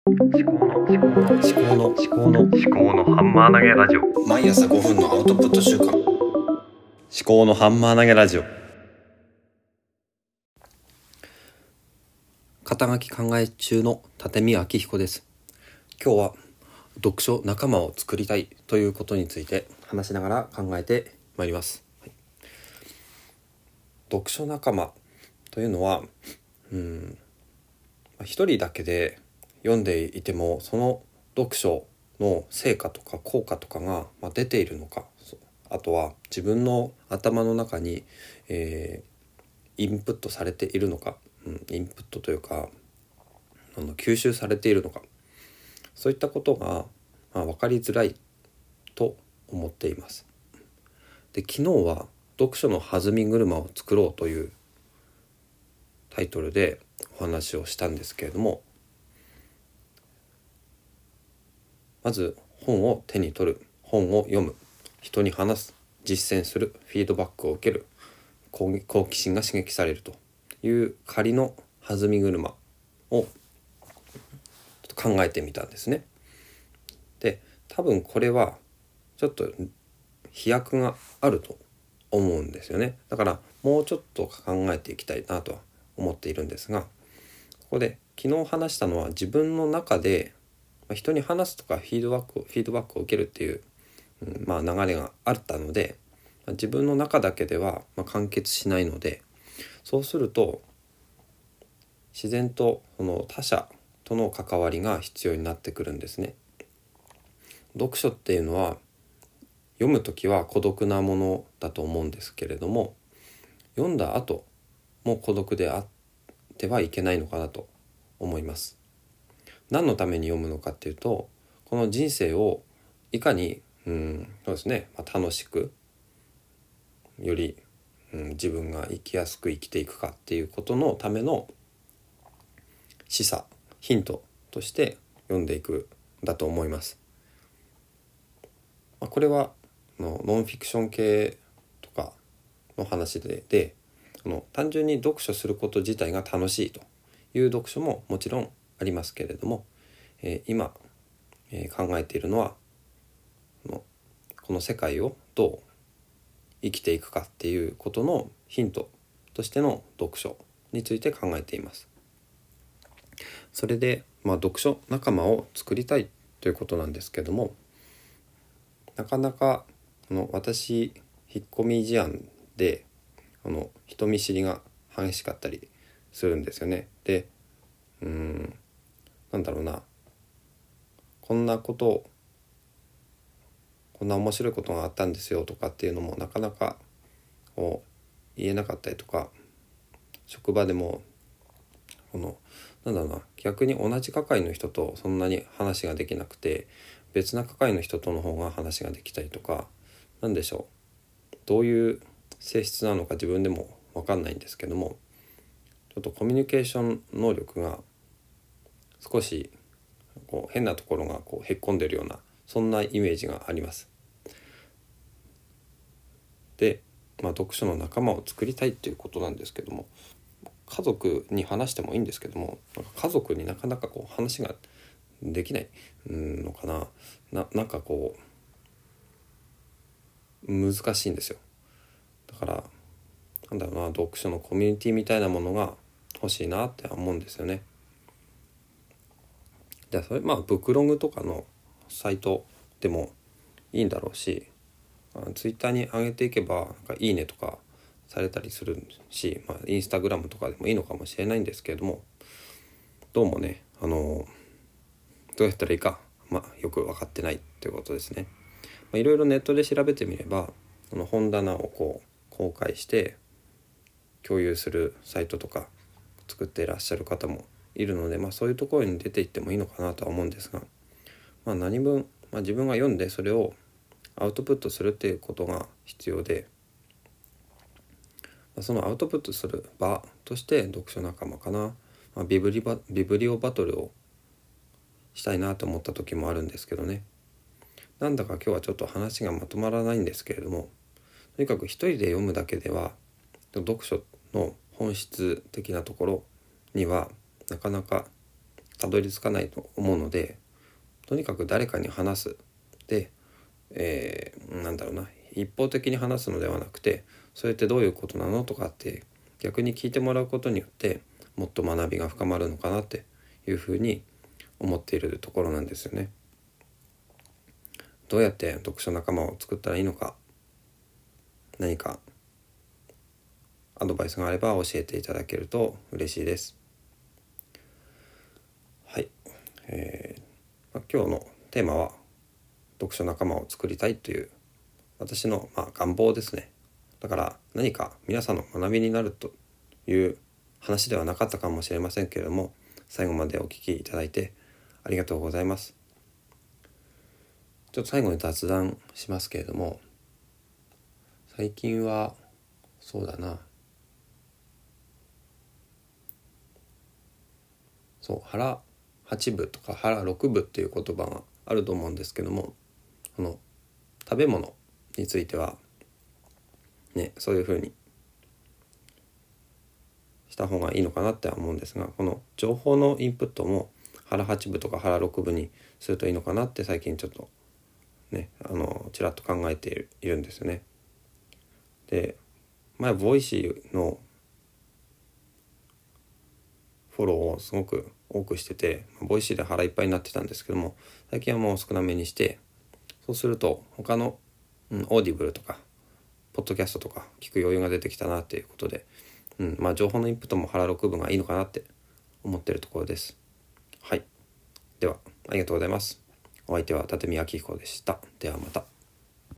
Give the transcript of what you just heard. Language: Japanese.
思考のハンマー投げラジオ。 毎朝5分のアウトプット週間。 思考のハンマー投げラジオ。肩書き考え中の立見明彦です。今日は読書仲間を作りたいということについて話しながら考えてまいります。読書仲間というのは一人だけで読んでいてもその読書の成果とか効果とかが出ているのか、あとは自分の頭の中に、インプットされているのか、インプットというか吸収されているのか、そういったことが、分かりづらいと思っています。で、昨日は読書の弾み車を作ろうというタイトルでお話をしたんですけれども、まず本を手に取る、本を読む、人に話す、実践する、フィードバックを受ける、好奇心が刺激されるという仮の弾み車をちょっと考えてみたんですね。で、多分これはちょっと飛躍があると思うんですよね。だからもうちょっと考えていきたいなとは思っているんですが、ここで昨日話したのは自分の中で人に話すとかフィードバックを受けるっていう、流れがあったので、自分の中だけでは完結しないので、そうすると自然とその他者との関わりが必要になってくるんですね。読書っていうのは読むときは孤独なものだと思うんですけれども、読んだ後も孤独であってはいけないのかなと思います。何のために読むのかっていうと、この人生をいかにそうですね、楽しくより、自分が生きやすく生きていくかっていうことのための示唆、ヒントとして読んでいくんだと思います。これはノンフィクション系とかの話で単純に読書すること自体が楽しいという読書ももちろんありますけれども、今、考えているのはこの世界をどう生きていくかっていうことのヒントとしての読書について考えています。それで、読書仲間を作りたいということなんですけども、なかなか私引っ込み思案で人見知りが激しかったりするんですよね。で、こんな面白いことがあったんですよとかっていうのもなかなか言えなかったりとか、職場でも逆に同じ係の人とそんなに話ができなくて、別な係の人との方が話ができたりとか、どういう性質なのか自分でも分かんないんですけども、ちょっとコミュニケーション能力が少し変なところがへっこんでるような、そんなイメージがあります。で、読書の仲間を作りたいっていうことなんですけども、家族に話してもいいんですけども、家族になかなか話ができないのかな。難しいんですよ。だから読書のコミュニティみたいなものが欲しいなって思うんですよね。で、それブクログとかのサイトでもいいんだろうし、ツイッターに上げていけばいいねとかされたりするし、インスタグラムとかでもいいのかもしれないんですけれども、どうもねどうやったらいいか、よく分かってないということですね。いろいろネットで調べてみれば、本棚を公開して共有するサイトとか作っていらっしゃる方もいるので、そういうところに出ていってもいいのかなとは思うんですが、何分、自分が読んでそれをアウトプットするっていうことが必要で、そのアウトプットする場として読書仲間かな、ビブリオバトルをしたいなと思った時もあるんですけどね。なんだか今日はちょっと話がまとまらないんですけれども、とにかく一人で読むだけでは読書の本質的なところにはなかなかたどり着かないと思うので、とにかく誰かに話すで、なんだろうな、一方的に話すのではなくて、それってどういうことなのとかって逆に聞いてもらうことによってもっと学びが深まるのかなっていうふうに思っているところなんですよね。どうやって読書仲間を作ったらいいのか、何かアドバイスがあれば教えていただけると嬉しいです。はい、今日のテーマは読書仲間を作りたいという私の願望ですね。だから何か皆さんの学びになるという話ではなかったかもしれませんけれども、最後までお聞きいただいてありがとうございます。ちょっと最後に雑談しますけれども、最近はそうだな、腹8分とか腹6分っていう言葉があると思うんですけども、この食べ物についてはね、そういうふうにした方がいいのかなって思うんですが、この情報のインプットも腹8分とか腹6分にするといいのかなって最近ちょっとね、ちらっと考えているんですよね。で、前ボイシーのフォローをすごく多くしてて、ボイシーで腹いっぱいになってたんですけども、最近はもう少なめにして、そうすると他の、オーディブルとかポッドキャストとか聞く余裕が出てきたなっていうことで、情報のインプットも腹6分がいいのかなって思ってるところです。はい、ではありがとうございます。お相手は立見明彦でした。ではまた。